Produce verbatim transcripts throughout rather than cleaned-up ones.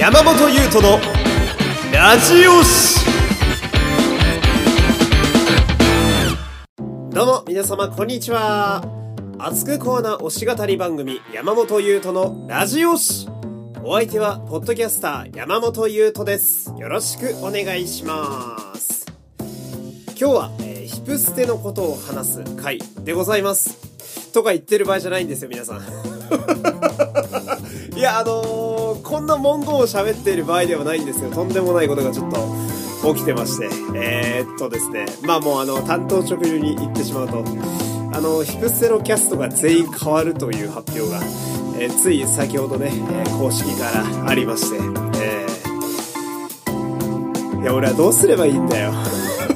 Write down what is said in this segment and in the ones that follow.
山本優斗のラジオシ。どうも皆様こんにちは。熱くコアな推し語り番組山本優斗のラジオシ。お相手はポッドキャスター山本優斗です。よろしくお願いします。今日は、えー、ヒプステのことを話す回でございますとか言ってる場合じゃないんですよ皆さんいやあのー、こんな文言を喋っている場合ではないんですよ。とんでもないことがちょっと起きてまして、えー、っとですねまあもうあの担当直入に言ってしまうと、あのヒプステのキャストが全員変わるという発表が、えー、つい先ほどね、えー、公式からありまして、えー、いや俺はどうすればいいんだよ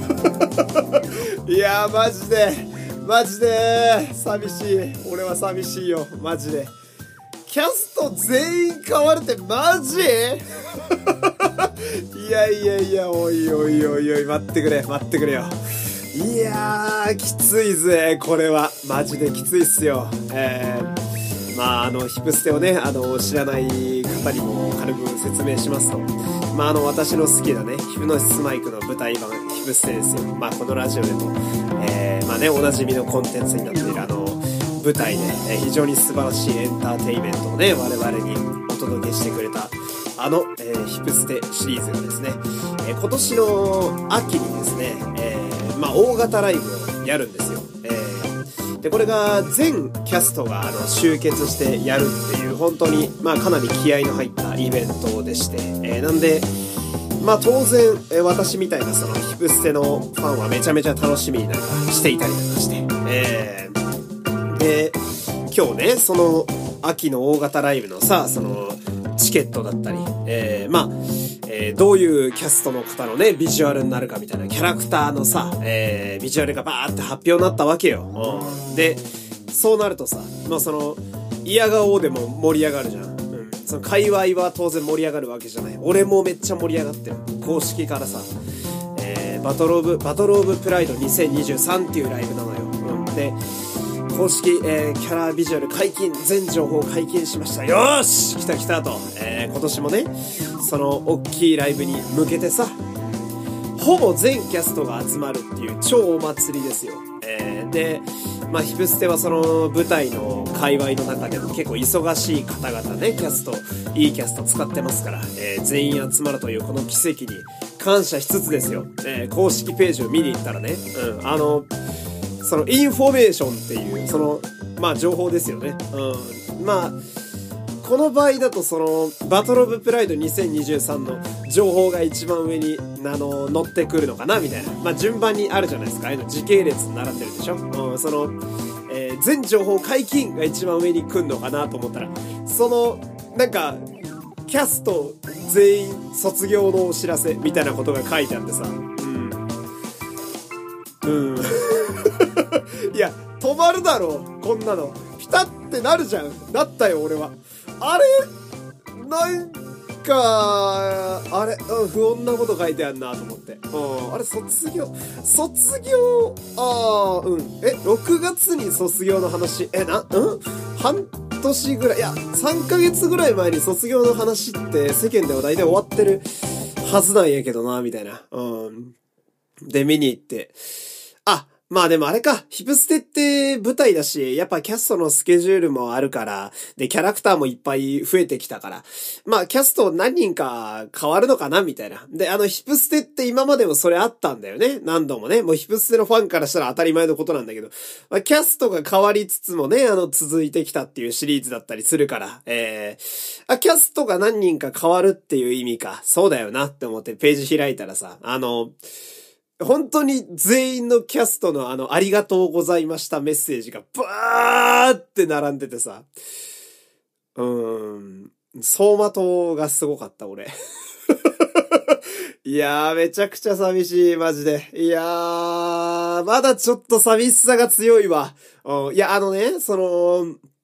いやマジでマジで寂しい。俺は寂しいよマジで。キャスト全員変わるってマジいやいやいやおいおいおいおい待ってくれ待ってくれよ。いやーきついぜこれはマジできついっすよ。えー、まああのヒプステをねあの知らない方にも軽く説明しますと、まああの私の好きなねヒプノシスマイクの舞台版ヒプステですよ。まあこのラジオでも、えー、まあねおなじみのコンテンツになっているあの舞台で、えー、非常に素晴らしいエンターテインメントをね我々にお届けしてくれたあの、えー、ヒプステシリーズがですね、えー、今年の秋にですね、えー、まあ大型ライブをやるんですよ。えー、でこれが全キャストがあの集結してやるっていう本当にまあかなり気合いの入ったイベントでして、えー、なんでまあ当然、えー、私みたいなそのヒプステのファンはめちゃめちゃ楽しみになんかしていたりとかして、えーで今日ねその秋の大型ライブのさそのチケットだったり、えー、まあ、えー、どういうキャストの方のねビジュアルになるかみたいなキャラクターのさ、えー、ビジュアルがバーって発表になったわけよ。うん、でそうなるとさまあその嫌顔でも盛り上がるじゃん。うん、その界隈は当然盛り上がるわけじゃない。俺もめっちゃ盛り上がってる公式からさ、えー、バトルオブバトルオブプライドにせんにじゅうさんっていうライブなのよ。うん、で公式、えー、キャラビジュアル解禁全情報解禁しました。よーし来た来たと、えー、今年もねその大きいライブに向けてさほぼ全キャストが集まるっていう超お祭りですよ。えー、でまあヒプステはその舞台の界隈の中でも結構忙しい方々ねキャストいいキャスト使ってますから、えー、全員集まるというこの奇跡に感謝しつつですよ、えー、公式ページを見に行ったらね、うん、あのそのインフォメーションっていうそのまあ情報ですよね。うん、まあこの場合だとそのバトルオブプライドにせんにじゅうさんの情報が一番上にあの乗ってくるのかなみたいな、まあ順番にあるじゃないですか。ああいうの時系列に並んでるでしょ。うん、その、えー、全情報解禁が一番上に来るのかなと思ったらそのなんかキャスト全員卒業のお知らせみたいなことが書いてあってさ、うん。うんいや止まるだろこんなのピタってなるじゃん。なったよ俺は。あれなんかあれ、うん、不穏なこと書いてあるなと思って、うん、あれ卒業卒業あーうんえろくがつに卒業の話えなうん半年ぐらいいやさんかげつぐらい前に卒業の話って世間では大体終わってるはずなんやけどなみたいな。うんで見に行ってあまあでもあれか、ヒプステって舞台だし、やっぱキャストのスケジュールもあるから、で、キャラクターもいっぱい増えてきたから、まあキャスト何人か変わるのかなみたいな。で、あのヒプステって今までもそれあったんだよね。何度もね。もうヒプステのファンからしたら当たり前のことなんだけど、まあ、キャストが変わりつつもね、あの続いてきたっていうシリーズだったりするから、えー、あ、キャストが何人か変わるっていう意味か。そうだよなって思ってページ開いたらさ、あの、本当に全員のキャストのあのありがとうございましたメッセージがバーって並んでてさ、うーん走馬灯がすごかった俺いやーめちゃくちゃ寂しいマジで。いやーまだちょっと寂しさが強いわ。うん、いやあのねその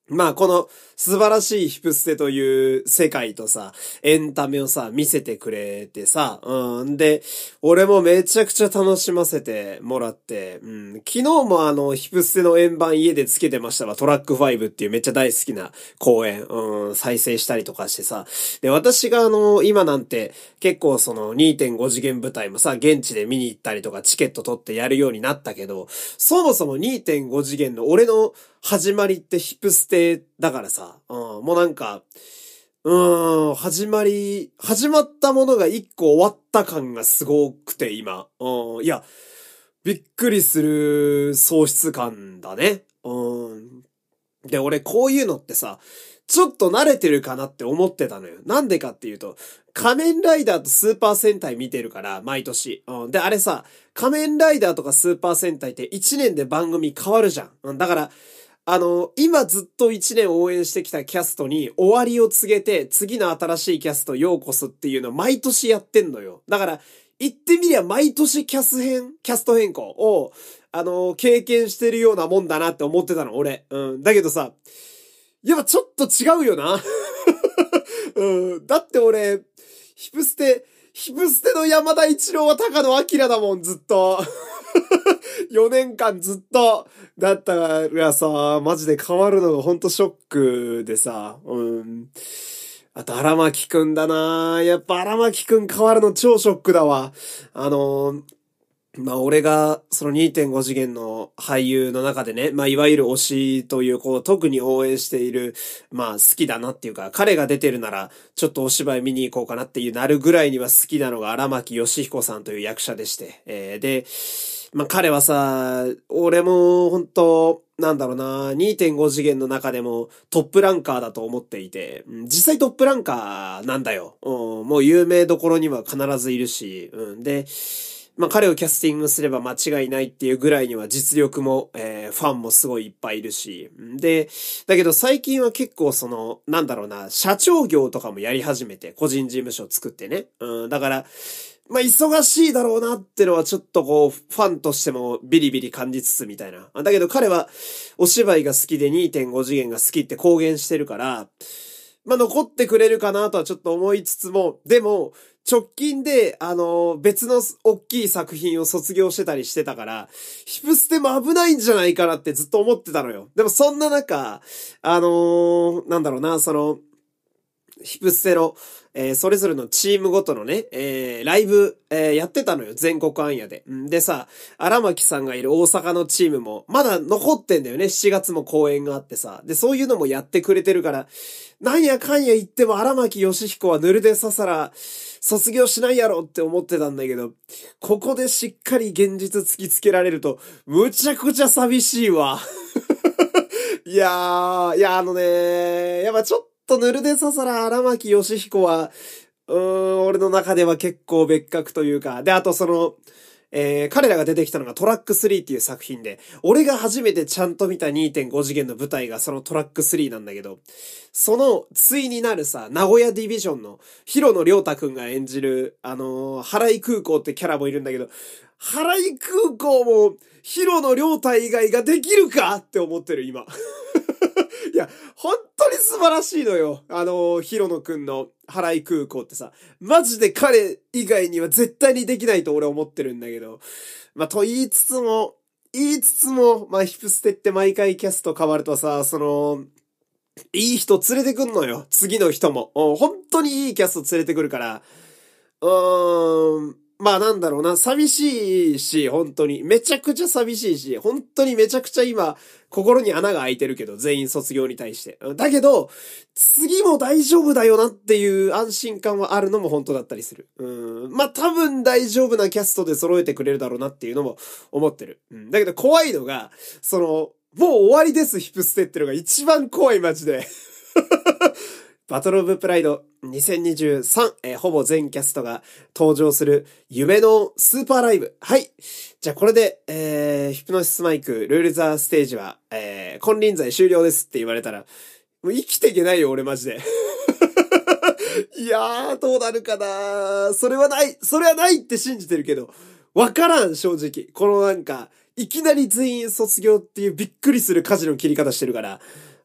まあ、この素晴らしいヒプステという世界とさ、エンタメをさ、見せてくれてさ、うん。で、俺もめちゃくちゃ楽しませてもらって、うん。昨日もあの、ヒプステの円盤家でつけてましたわ。トラックファイブっていうめっちゃ大好きな公演、うん、再生したりとかしてさ。で、私があの、今なんて結構その にてんご 次元舞台もさ、現地で見に行ったりとかチケット取ってやるようになったけど、そもそも にてんご 次元の俺の始まりってヒプステだからさ、うん、もうなんか、うーん、始まり、始まったものが一個終わった感がすごくて今、うん、いや、びっくりする喪失感だね。うん。で、俺こういうのってさ、ちょっと慣れてるかなって思ってたのよ。なんでかっていうと、仮面ライダーとスーパー戦隊見てるから、毎年。うん。で、あれさ、仮面ライダーとかスーパー戦隊っていちねんで番組変わるじゃん。うん。だから、あの、今ずっといちねん応援してきたキャストに終わりを告げて、次の新しいキャストようこそっていうのを毎年やってんのよ。だから、言ってみりゃ毎年キャス変、キャスト変更を、あの、経験してるようなもんだなって思ってたの、俺。うん。だけどさ、やっぱちょっと違うよな。うん。だって俺、ヒプステ、ヒプステの山田一郎は高野明だもん、ずっと。よねんかんずっと。だったらさ、マジで変わるのがほんとショックでさ、うん。あと荒牧くんだな。やっぱ荒牧くん変わるの超ショックだわ。あのー、まあ俺がその にてんご 次元の俳優の中でね、まあいわゆる推しというこう特に応援している、まあ好きだなっていうか、彼が出てるならちょっとお芝居見に行こうかなっていうなるぐらいには好きなのが荒牧義彦さんという役者でして、えー、で、まあ彼はさ、俺も本当なんだろうな、にてんご 次元の中でもトップランカーだと思っていて、実際トップランカーなんだよ。うん、もう有名どころには必ずいるし、うん、で、まあ彼をキャスティングすれば間違いないっていうぐらいには実力も、えー、ファンもすごいいっぱいいるし。で、だけど最近は結構その、なんだろうな、社長業とかもやり始めて、個人事務所作ってね。うん、だから、まあ忙しいだろうなってのはちょっとこう、ファンとしてもビリビリ感じつつみたいな。だけど彼はお芝居が好きで にてんご 次元が好きって公言してるから、まあ残ってくれるかなとはちょっと思いつつも、でも、直近で、あの、別の大きい作品を卒業してたりしてたから、ヒプステも危ないんじゃないかなってずっと思ってたのよ。でもそんな中、あのー、なんだろうな、その、ヒプステの、えー、それぞれのチームごとのね、えー、ライブ、えー、やってたのよ。全国アンヤで。でさ、荒牧さんがいる大阪のチームも、まだ残ってんだよね。しちがつも公演があってさ。で、そういうのもやってくれてるから、なんやかんや言っても荒牧義彦はヌルデササラ、卒業しないやろって思ってたんだけど、ここでしっかり現実突きつけられると、むちゃくちゃ寂しいわ。いやー、いやあのね、やっぱちょっとヌルデササラ荒牧義彦は、うーん、俺の中では結構別格というか、で、あとその、えー、彼らが出てきたのがトラックスリーっていう作品で、俺が初めてちゃんと見た にてんご 次元の舞台がそのトラックスリーなんだけど、その対になるさ、名古屋ディビジョンの広野良太くんが演じる、あのー、原井空港ってキャラもいるんだけど、原井空港も広野良太以外ができるかって思ってる今。いや、本当に素晴らしいのよ。あの、広野くんの原井空港ってさ、マジで彼以外には絶対にできないと俺は思ってるんだけど、まあ、と言いつつも、言いつつも、まあ、ヒプステって毎回キャスト変わるとさ、その、いい人連れてくんのよ。次の人も。本当にいいキャスト連れてくるから、うーん、まあなんだろうな、寂しいし、本当に。めちゃくちゃ寂しいし、本当にめちゃくちゃ今、心に穴が開いてるけど、全員卒業に対して。だけど、次も大丈夫だよなっていう安心感はあるのも本当だったりする。うん。まあ多分大丈夫なキャストで揃えてくれるだろうなっていうのも思ってる。うん。だけど怖いのが、その、もう終わりです、ヒプステってのが一番怖いマジで。バトルオブプライドにせんにじゅうさん、えー、ほぼ全キャストが登場する夢のスーパーライブ。はい。じゃあこれで、えー、ヒプノシスマイク、ルールザーステージは、えー、金輪際終了ですって言われたら、もう生きていけないよ、俺マジで。いやー、どうなるかなー。それはない、それはないって信じてるけど、わからん、正直。このなんか、いきなり全員卒業っていうびっくりする舵の切り方してるから、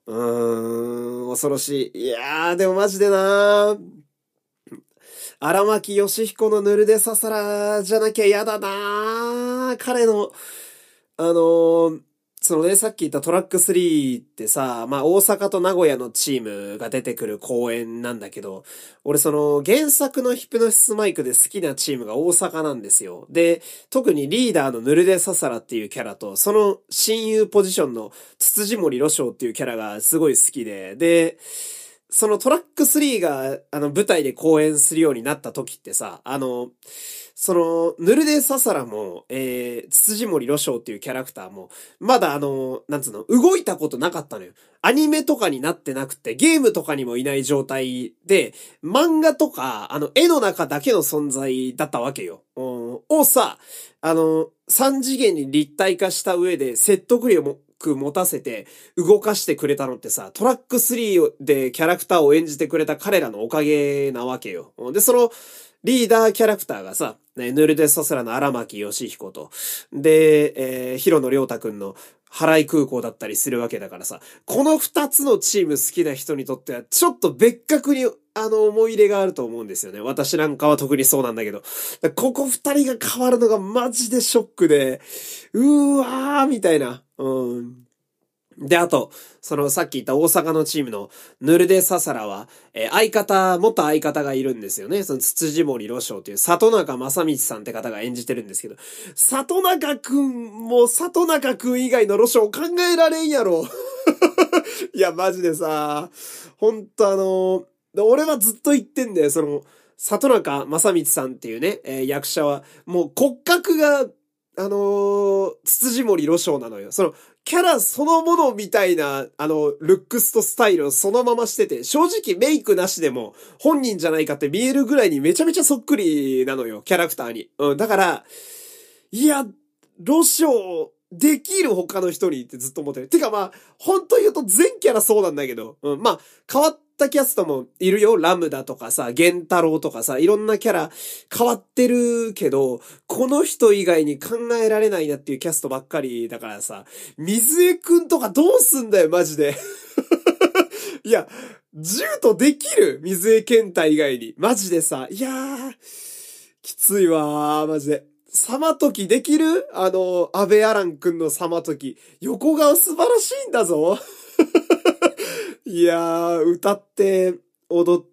うーん、恐ろしい。いやー、でもマジでなー。荒牧義彦のヌルデササラじゃなきゃ嫌だなー。彼の、あのー、そのね、さっき言ったトラックスリーってさ、まあ大阪と名古屋のチームが出てくる公演なんだけど、俺その原作のヒプノシスマイクで好きなチームが大阪なんですよ。で、特にリーダーのヌルデササラっていうキャラと、その親友ポジションのつつじ森ロショウっていうキャラがすごい好きで、で、そのトラックスリーが、あの、舞台で公演するようになった時ってさ、あの、その、ヌルデササラも、えー、つつじ森ロショウっていうキャラクターも、まだあの、なんつうの、動いたことなかったのよ。アニメとかになってなくて、ゲームとかにもいない状態で、漫画とか、あの、絵の中だけの存在だったわけよ。うん、をさ、あの、三次元に立体化した上で説得力も、持たせて動かしてくれたのってさ、トラックスリーでキャラクターを演じてくれた彼らのおかげなわけよ。で、そのリーダーキャラクターがさ、ね、ヌルデサスラの荒牧義彦と、で、えー、広野良太くんの原井空港だったりするわけだからさ、この二つのチーム好きな人にとっては、ちょっと別格に、あの、思い入れがあると思うんですよね。私なんかは特にそうなんだけど。ここ二人が変わるのがマジでショックで、うーわー、みたいな。うん。で、あと、そのさっき言った大阪のチームのヌルデササラは、えー、相方、元相方がいるんですよね。そのつつじ森ロショウという里中正道さんって方が演じてるんですけど、里中くんも里中くん以外のロショウ考えられんやろ。いや、マジでさ、ほんとあのー、俺はずっと言ってんだよ、その、里中正道さんっていうね、えー、役者は、もう骨格が、あのー、つつじ森ロショウなのよ。その、キャラそのものみたいな、あの、ルックスとスタイルをそのまましてて、正直メイクなしでも本人じゃないかって見えるぐらいにめちゃめちゃそっくりなのよ、キャラクターに。うん、だから、いや、ロショウ、できる他の人にってずっと思ってる。てかまあ、本当言うと全キャラそうなんだけど、うん、まあ、変わったキャストもいるよ。ラムダとかさ、ゲンタロウとかさ、いろんなキャラ変わってるけど、この人以外に考えられないなっていうキャストばっかりだからさ、水江くんとかどうすんだよ、マジで。いや、ジュートできる水江健太以外に。マジでさ、いやー、きついわー、マジで。サマトキできる？あの、安倍アランくんのサマトキ。横顔素晴らしいんだぞ。いやー、歌って、踊って、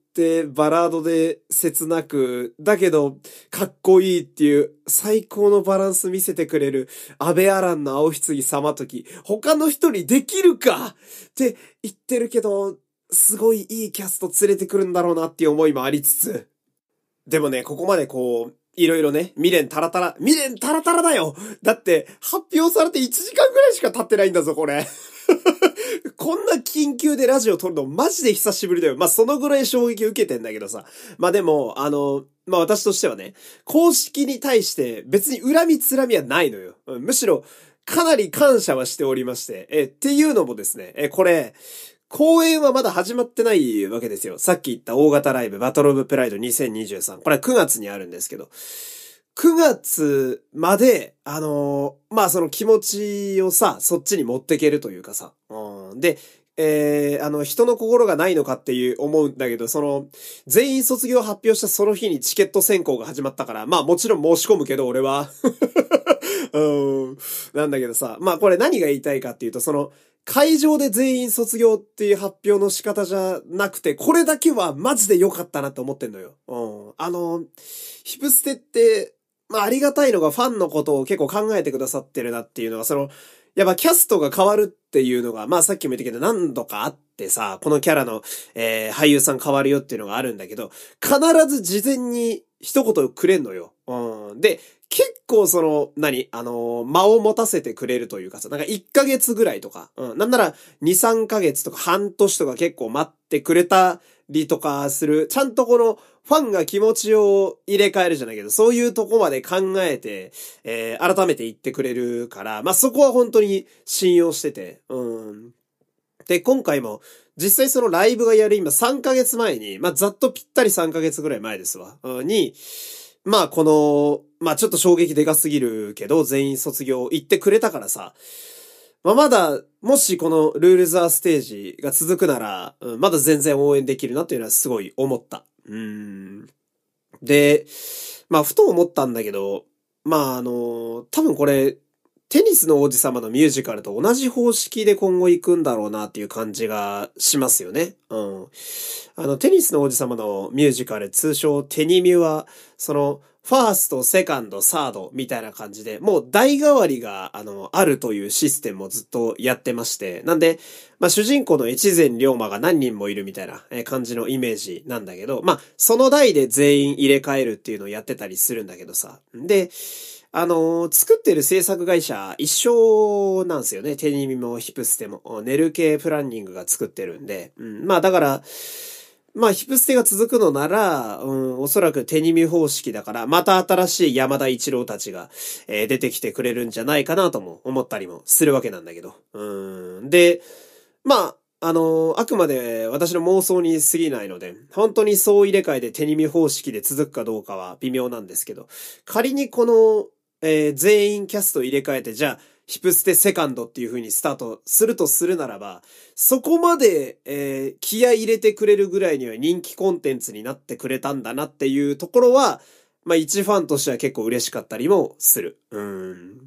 バラードで切なく、だけど、かっこいいっていう、最高のバランス見せてくれる、安倍アランの青棺サマトキ。他の人にできるかって言ってるけど、すごいいいキャスト連れてくるんだろうなっていう思いもありつつ。でもね、ここまでこう、いろいろね、未練タラタラ、未練タラタラだよ。だって、発表されていちじかんぐらいしか経ってないんだぞ、これ。こんな緊急でラジオ撮るのマジで久しぶりだよ。まあ、そのぐらい衝撃受けてんだけどさ。まあ、でも、あの、まあ、私としてはね、公式に対して別に恨みつらみはないのよ。むしろ、かなり感謝はしておりまして。え、っていうのもですね、え、これ、公演はまだ始まってないわけですよ。さっき言った大型ライブ、バトルオブプライドにせんにじゅうさん。これはくがつにあるんですけど、くがつまで、あのー、まあ、その気持ちをさ、そっちに持ってけるというかさ。うん、で、えー、あの、人の心がないのかっていう思うんだけど、その、全員卒業発表したその日にチケット選考が始まったから、まあもちろん申し込むけど、俺は。うん、なんだけどさ、まあこれ何が言いたいかっていうと、その、会場で全員卒業っていう発表の仕方じゃなくて、これだけはマジで良かったなって思ってんのよ。うん。あの、ヒプステって、まあありがたいのがファンのことを結構考えてくださってるなっていうのは、その、やっぱキャストが変わるっていうのが、まあさっきも言ったけど何度かあってさ、このキャラの、えー、俳優さん変わるよっていうのがあるんだけど、必ず事前に一言くれんのよ。うん。で、結構その、何あのー、間を持たせてくれるというかさ、なんかいっかげつぐらいとか、うん。なんならに、さんかげつとか半年とか結構待ってくれたりとかする。ちゃんとこの、ファンが気持ちを入れ替えるじゃないけど、そういうとこまで考えて、えー、改めて言ってくれるから、まあ、そこは本当に信用してて、うん。で、今回も、実際そのライブがやる今さんかげつまえに、まあ、ざっとぴったりさんかげつぐらい前ですわ。うん、に、まあ、この、まあ、ちょっと衝撃でかすぎるけど、全員卒業行ってくれたからさ、 まあ、まだ、もしこのルールザーステージが続くなら、うん、まだ全然応援できるなというのはすごい思った。うん。で、まあ、ふと思ったんだけど、まあ、あの、多分これ、テニスの王子様のミュージカルと同じ方式で今後行くんだろうなっていう感じがしますよね。うん。あの、テニスの王子様のミュージカル、通称テニミュは、その、ファースト、セカンド、サードみたいな感じで、もう代替わりが、あの、あるというシステムをずっとやってまして、なんで、まあ、主人公の越前龍馬が何人もいるみたいな感じのイメージなんだけど、まあ、その代で全員入れ替えるっていうのをやってたりするんだけどさ。で、あのー作ってる制作会社一緒なんですよね。テニミもヒプステも。ネル系プランニングが作ってるんで。うん、まあだから、まあヒプステが続くのなら、うん、おそらくテニミ方式だから、また新しい山田一郎たちが、えー出てきてくれるんじゃないかなとも思ったりもするわけなんだけど。うん、で、まあ、あのーあくまで私の妄想に過ぎないので、本当に総入れ替えで手に見方式で続くかどうかは微妙なんですけど、仮にこの、えー全員キャスト入れ替えて、じゃあ、ヒプステセカンドっていう風にスタートするとするならば、そこまで、えー気合い入れてくれるぐらいには人気コンテンツになってくれたんだなっていうところは、まあ一ファンとしては結構嬉しかったりもする。うん。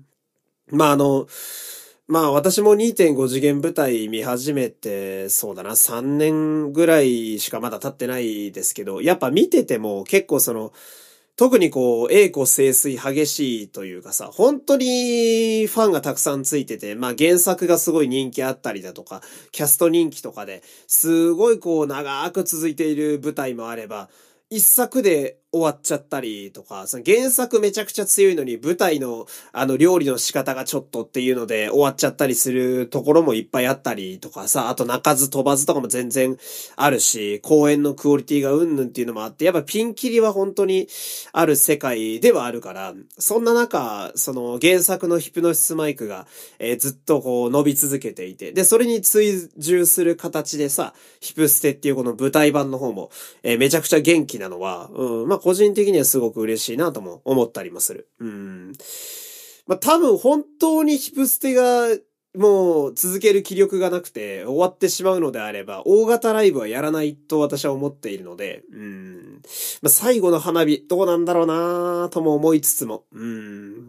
まああの、まあ私もにてんご次元舞台見始めて、そうだな、さんねんぐらいしかまだ経ってないですけど、やっぱ見てても結構その、特にこう、栄枯盛衰激しいというかさ、本当にファンがたくさんついてて、まあ原作がすごい人気あったりだとか、キャスト人気とかで、すごいこう長く続いている舞台もあれば、一作で終わっちゃったりとか、その原作めちゃくちゃ強いのに舞台のあの料理の仕方がちょっとっていうので終わっちゃったりするところもいっぱいあったりとかさ、あと鳴かず飛ばずとかも全然あるし、公演のクオリティがうんぬんっていうのもあって、やっぱピンキリは本当にある世界ではあるから、そんな中、その原作のヒプノシスマイクが、えーずっとこう伸び続けていて、で、それに追従する形でさ、ヒプステっていうこの舞台版の方も、えーめちゃくちゃ元気なのは、うん、まあ個人的にはすごく嬉しいなとも思ったりもする。うん。まあ多分本当にヒプステがもう続ける気力がなくて終わってしまうのであれば、大型ライブはやらないと私は思っているので、うん。まあ最後の花火、どうなんだろうなとも思いつつも、うん。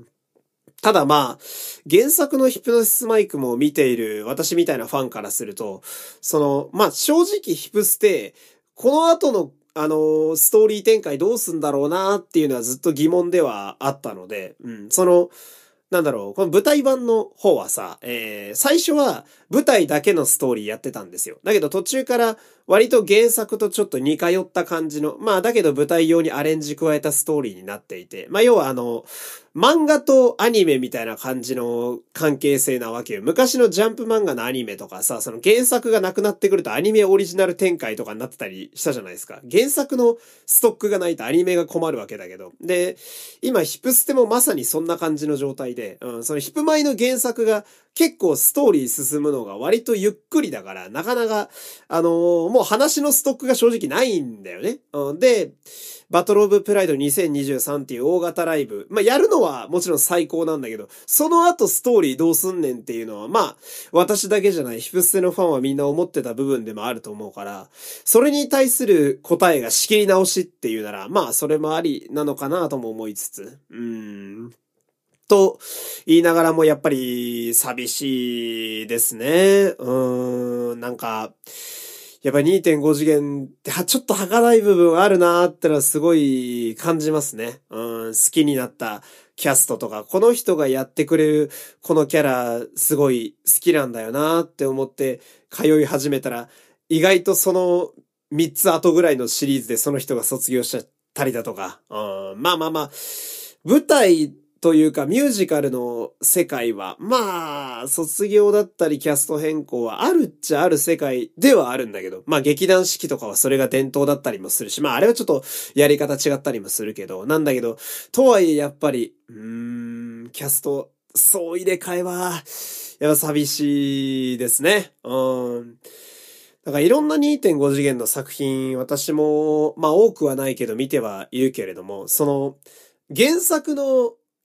ただまあ、原作のヒプノシスマイクも見ている私みたいなファンからすると、その、まあ正直ヒプステ、この後のあの、ストーリー展開どうすんだろうなっていうのはずっと疑問ではあったので、うん、その、なんだろう、この舞台版の方はさ、えー、最初は舞台だけのストーリーやってたんですよ。だけど途中から割と原作とちょっと似通った感じの、まあだけど舞台用にアレンジ加えたストーリーになっていて、まあ要はあの、漫画とアニメみたいな感じの関係性なわけよ。昔のジャンプ漫画のアニメとかさ、その原作がなくなってくるとアニメオリジナル展開とかになってたりしたじゃないですか。原作のストックがないとアニメが困るわけだけど。で、今ヒプステもまさにそんな感じの状態で、うん、そのヒプマイの原作が結構ストーリー進むのが割とゆっくりだから、なかなか、あのーもう話のストックが正直ないんだよね。うん、で、バトルオブプライドにせんにじゅうさんっていう大型ライブ。まあ、やるのはもちろん最高なんだけど、その後ストーリーどうすんねんっていうのは、まあ、私だけじゃない、ヒプステのファンはみんな思ってた部分でもあると思うから、それに対する答えが仕切り直しっていうなら、まあ、それもありなのかなとも思いつつ、うーん。と言いながらもやっぱり寂しいですね。うーん、なんか、やっぱりにてんご次元ってちょっと儚い部分あるなーってのはすごい感じますね。うん、好きになったキャストとか、この人がやってくれるこのキャラすごい好きなんだよなーって思って通い始めたら、意外とそのみっつ後ぐらいのシリーズでその人が卒業しちゃったりだとか、うん、まあまあまあ、舞台というかミュージカルの世界は、まあ、卒業だったりキャスト変更はあるっちゃある世界ではあるんだけど、まあ劇団四季とかはそれが伝統だったりもするし、まああれはちょっとやり方違ったりもするけど、なんだけど、とはいえやっぱり、うーん、キャスト、そう入れ替えは、やっぱ寂しいですね。うん。だからいろんなにてんご次元の作品、私も、まあ多くはないけど見てはいるけれども、その、原作の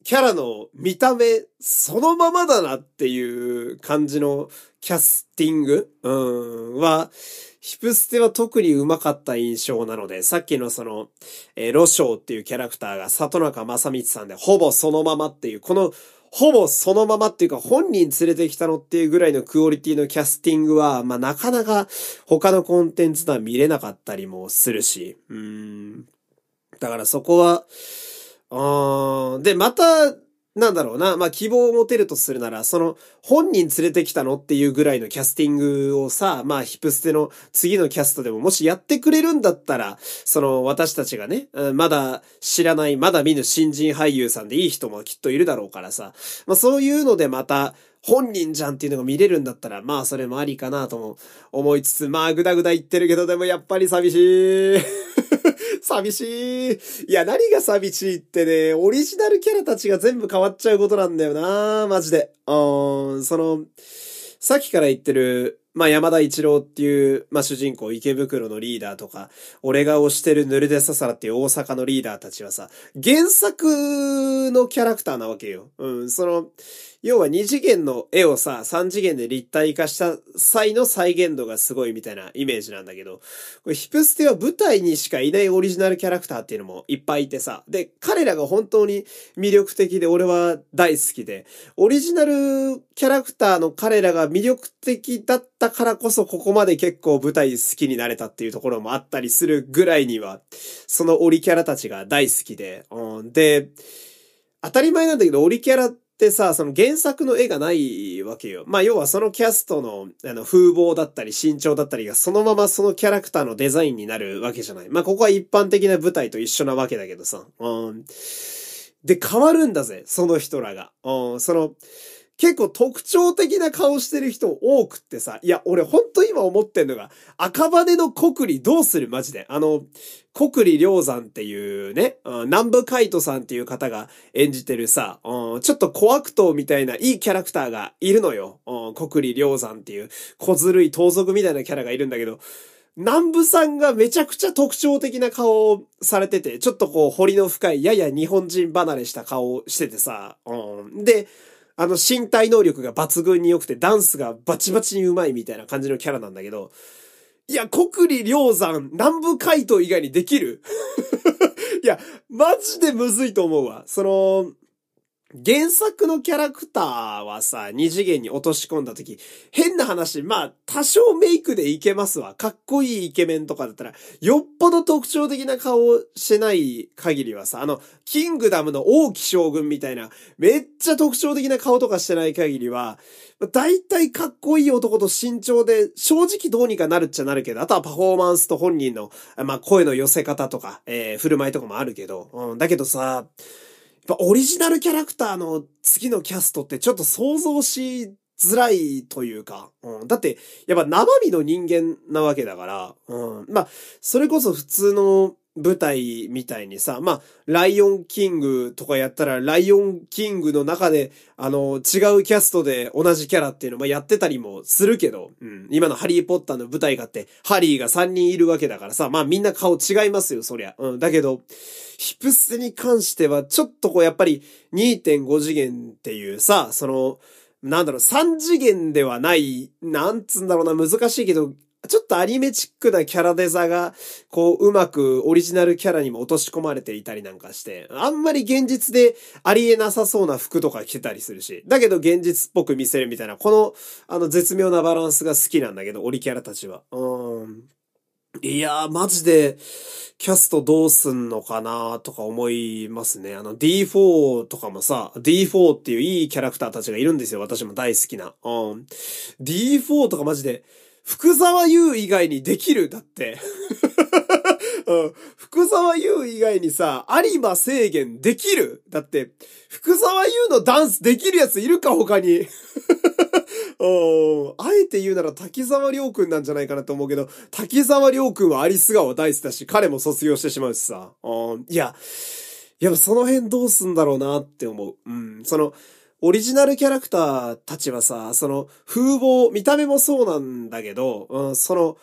キャラの見た目そのままだなっていう感じのキャスティング、うん、は、ヒプステは特に上手かった印象なので、さっきのその、えー、ロショウっていうキャラクターが里中正光さんでほぼそのままっていう、このほぼそのままっていうか本人連れてきたのっていうぐらいのクオリティのキャスティングは、まあなかなか他のコンテンツでは見れなかったりもするし、うーん。だからそこは、あーで、また、なんだろうな。まあ、希望を持てるとするなら、その、本人連れてきたのっていうぐらいのキャスティングをさ、まあ、ヒプステの次のキャストでももしやってくれるんだったら、その、私たちがね、まだ知らない、まだ見ぬ新人俳優さんでいい人もきっといるだろうからさ。まあ、そういうのでまた、本人じゃんっていうのが見れるんだったら、まあ、それもありかなとも思いつつ、まあ、ぐだぐだ言ってるけど、でもやっぱり寂しい。寂しい。いや、何が寂しいってね、オリジナルキャラたちが全部変わっちゃうことなんだよな、マジで。うーん、その、さっきから言ってる、まあ、山田一郎っていう、まあ、主人公池袋のリーダーとか、俺が推してるヌルデササラっていう大阪のリーダーたちはさ、原作のキャラクターなわけよ。うん、その、要は二次元の絵をさ、三次元で立体化した際の再現度がすごいみたいなイメージなんだけど、これヒプステは舞台にしかいないオリジナルキャラクターっていうのもいっぱいいてさ、で、彼らが本当に魅力的で俺は大好きで、オリジナルキャラクターの彼らが魅力的だったからこそここまで結構舞台好きになれたっていうところもあったりするぐらいには、そのオリキャラたちが大好きで、うん、で、当たり前なんだけど、オリキャラってさ、その原作の絵がないわけよ。まあ要はそのキャストのあの風貌だったり身長だったりがそのままそのキャラクターのデザインになるわけじゃない。まあここは一般的な舞台と一緒なわけだけどさ。うん。で、変わるんだぜ、その人らが。うん、その、結構特徴的な顔してる人多くってさ、いや、俺ほんと今思ってんのが、赤羽の国利どうするマジで。あの、国利良山っていうね、うん、南部海斗さんっていう方が演じてるさ、うん、ちょっと小悪党みたいないいキャラクターがいるのよ。うん、国利良山っていう小ずるい盗賊みたいなキャラがいるんだけど、南部さんがめちゃくちゃ特徴的な顔をされてて、ちょっとこう、彫りの深い、やや日本人離れした顔をしててさ、うん、で、あの身体能力が抜群に良くてダンスがバチバチに上手いみたいな感じのキャラなんだけど、いや、国利良山、南部海斗以外にできるいや、マジでむずいと思うわ。その、原作のキャラクターはさ、二次元に落とし込んだとき、変な話、まあ、多少メイクでいけますわ。かっこいいイケメンとかだったら、よっぽど特徴的な顔をしてない限りはさ、あの、キングダムの王毅将軍みたいな、めっちゃ特徴的な顔とかしてない限りは、だいたいかっこいい男と身長で、正直どうにかなるっちゃなるけど、あとはパフォーマンスと本人の、まあ、声の寄せ方とか、えー、振る舞いとかもあるけど、うん、だけどさ、オリジナルキャラクターの次のキャストってちょっと想像しづらいというか、うん、だって、やっぱ生身の人間なわけだから、うん、まあ、それこそ普通の舞台みたいにさ、まあ、ライオンキングとかやったら、ライオンキングの中で、あの、違うキャストで同じキャラっていうのもやってたりもするけど、うん、今のハリーポッターの舞台があって、ハリーがさんにんいるわけだからさ、まあみんな顔違いますよ、そりゃ。うん、だけど、ヒプスに関しては、ちょっとこうやっぱり にてんご 次元っていうさ、その、なんだろう、さん次元ではない、なんつうんだろうな、難しいけど、ちょっとアニメチックなキャラデザが、こう、うまくオリジナルキャラにも落とし込まれていたりなんかして、あんまり現実でありえなさそうな服とか着てたりするし、だけど現実っぽく見せるみたいな、この、あの、絶妙なバランスが好きなんだけど、オリキャラたちは。うん。いやー、マジで、キャストどうすんのかなとか思いますね。あの ディーフォー とかもさ、ディーフォー っていういいキャラクターたちがいるんですよ。私も大好きな。うん。ディーフォー とかマジで、福沢優以外にできるだって。うん。福沢優以外にさ、有馬制限できるだって、福沢優のダンスできるやついるか他に。あえて言うなら滝沢亮くんなんじゃないかなと思うけど、滝沢亮くんはアリス川大好きだし、彼も卒業してしまうしさ。いや、やっぱその辺どうすんだろうなって思う。うん、その、オリジナルキャラクターたちはさ、その風貌、見た目もそうなんだけど、うん、その、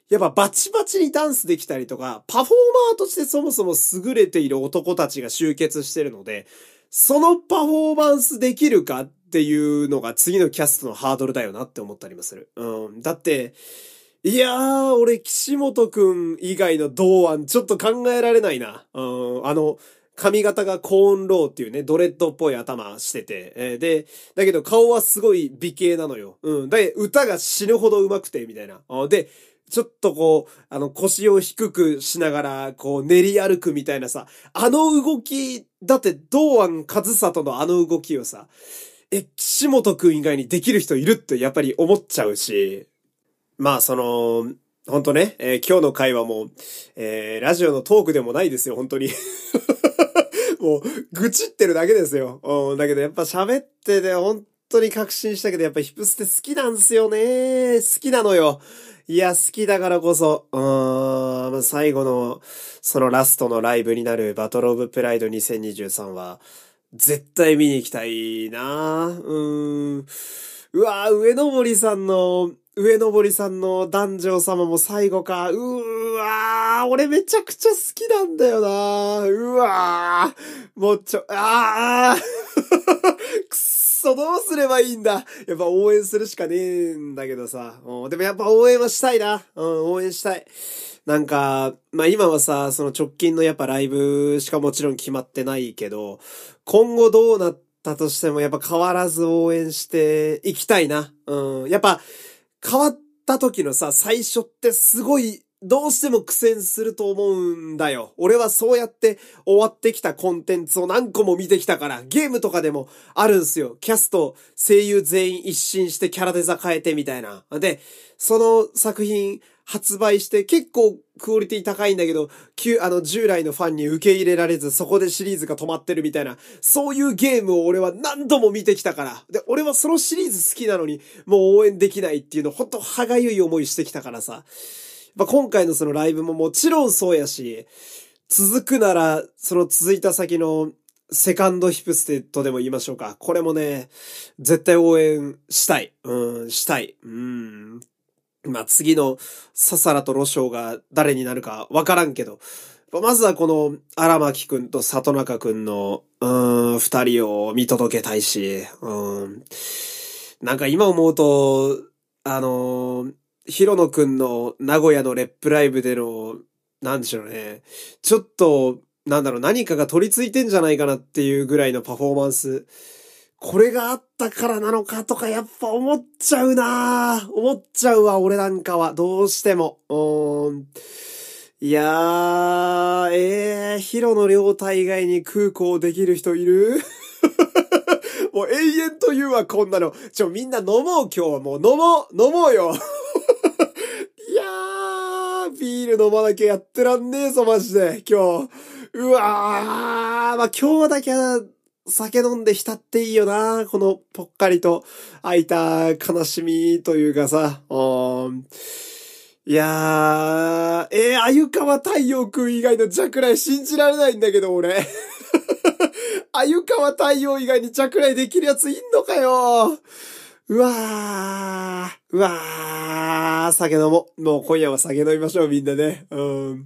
やっぱバチバチにダンスできたりとか、パフォーマーとしてそもそも優れている男たちが集結してるので、そのパフォーマンスできるかっていうのが次のキャストのハードルだよなって思ったりもする。うん。だって、いやー、俺、岸本くん以外の同案、ちょっと考えられないな。うん、あの、髪型がコーンローっていうね、ドレッドっぽい頭してて、えー、で、だけど顔はすごい美形なのよ。うん。で、歌が死ぬほど上手くて、みたいな。で、ちょっとこう、あの、腰を低くしながら、こう、練り歩くみたいなさ、あの動き、だって、堂安和里のあの動きをさ、え、岸本くん以外にできる人いるってやっぱり思っちゃうし、まあ、その、本当ね、えー今日の回はもう、えーラジオのトークでもないですよ、本当に。もう、愚痴ってるだけですよ。うん、だけどやっぱ喋ってて本当に確信したけど、やっぱヒプステ好きなんすよね。好きなのよ。いや、好きだからこそ、うーん、最後の、そのラストのライブになるバトルオブプライドにせんにじゅうさんは、絶対見に行きたいな。うーん。うわー、上野森さんの、上野森さんの男女様も最後か。うーわー、俺めちゃくちゃ好きなんだよな。うわー、もうちょ、あー、くっそ、どうすればいいんだ。やっぱ応援するしかねえんだけどさ。うん、でもやっぱ応援はしたいな。うん、応援したい。なんか、まあ、今はさ、その直近のやっぱライブしかもちろん決まってないけど、今後どうなったとしてもやっぱ変わらず応援していきたいな。うん。やっぱ変わった時のさ、最初ってすごい、どうしても苦戦すると思うんだよ。俺はそうやって終わってきたコンテンツを何個も見てきたから、ゲームとかでもあるんすよ。キャスト、声優全員一新してキャラデザ変えてみたいな。で、その作品発売して結構クオリティ高いんだけど、旧、あの従来のファンに受け入れられずそこでシリーズが止まってるみたいな、そういうゲームを俺は何度も見てきたから。で、俺はそのシリーズ好きなのにもう応援できないっていうのほんと歯がゆい思いしてきたからさ。まあ、今回のそのライブももちろんそうやし、続くなら、その続いた先のセカンドヒプステとでも言いましょうか。これもね、絶対応援したい。うん、したい。うん。まあ、次のササラとロショウが誰になるかわからんけど、まずはこの荒牧くんと里中くんの、うーん、二人を見届けたいし、うん。なんか今思うと、あのー、ヒロノくんの名古屋のレップライブでの、なんでしょうね。ちょっと、なんだろう、何かが取り付いてんじゃないかなっていうぐらいのパフォーマンス。これがあったからなのかとかやっぱ思っちゃうなぁ。思っちゃうわ、俺なんかは。どうしても。うーん。いやー、えー、ヒロの両太以外に空港できる人いる？もう永遠と言うわ、こんなの。ちょ、みんな飲もう、今日はもう飲もう、飲もうよ。いやー、ビール飲まなきゃやってらんねえぞ、マジで、今日。うわー、まあ、今日だけは酒飲んで浸っていいよな、このぽっかりと開いた悲しみというかさ。うーん。いやー、えー、鮎川太陽くん以外の弱雷信じられないんだけど、俺。鮎川太陽以外に弱雷できるやついんのかよ。うわー、うわー、酒飲もう。もう今夜は酒飲みましょう、みんなね。うん。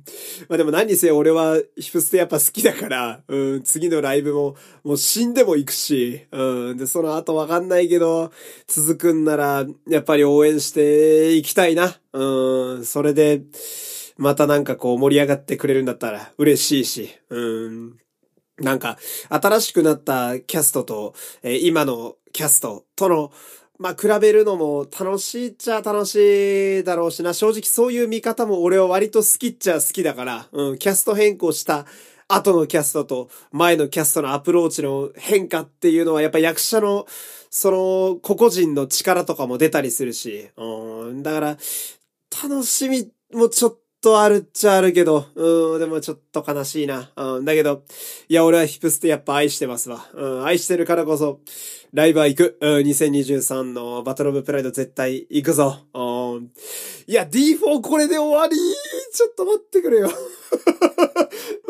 まあでも何にせよ俺はヒプステやっぱ好きだから、うん、次のライブも、もう死んでも行くし、うん。で、その後わかんないけど、続くんなら、やっぱり応援していきたいな。うん。それで、またなんかこう盛り上がってくれるんだったら嬉しいし、うん。なんか、新しくなったキャストと、えー今のキャストとの、まあ、比べるのも楽しいっちゃ楽しいだろうしな。正直そういう見方も俺は割と好きっちゃ好きだから、うん、キャスト変更した後のキャストと前のキャストのアプローチの変化っていうのはやっぱ役者の、その、個々人の力とかも出たりするし、うん、だから、楽しみもちょっとあるっちゃあるけど、うん、でもちょっと悲しいな。うん、だけど、いや、俺はヒプステやっぱ愛してますわ。うん、愛してるからこそ、ライブは行く。うん、にせんにじゅうさんのバトルオブプライド絶対行くぞ。うん、いや、ディーフォー これで終わり。ちょっと待ってくれよ。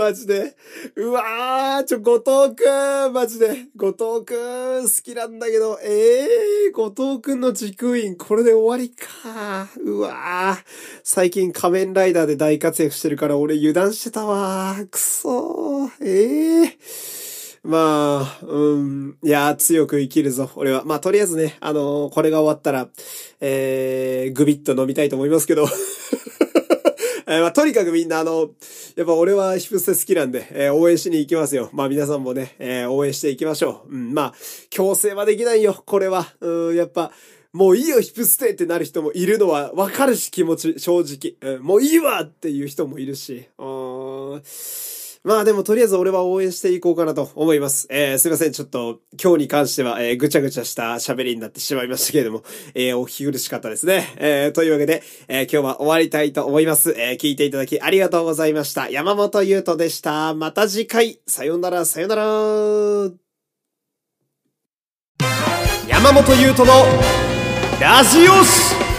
マジで。うわー、ちょ、後藤くん、マジで。後藤くん、好きなんだけど、ええー、後藤くんの時空院、これで終わりか。うわー、最近仮面ライダーで大活躍してるから俺油断してたわー。くそー、ええー。まあ、うん、いや、強く生きるぞ、俺は。まあ、とりあえずね、あのー、これが終わったら、えー、グビッと飲みたいと思いますけど。えー、まあ、とにかくみんな、あの、やっぱ俺はヒプステ好きなんで、えー、応援しに行きますよ。まあ、皆さんもね、えー、応援していきましょう。うん、まあ、強制はできないよ、これは。うん、やっぱ、もういいよ、ヒプステってなる人もいるのはわかるし、気持ち、正直。うん、もういいわっていう人もいるし。うーん、まあでもとりあえず俺は応援していこうかなと思います。えー、すいません。ちょっと今日に関しては、えー、ぐちゃぐちゃした喋りになってしまいましたけれども、えー、お聞き苦しかったですね。えー、というわけで、えー、今日は終わりたいと思います。えー、聞いていただきありがとうございました。山本優斗でした。また次回。さよなら、さよなら。山本優斗のラジオシ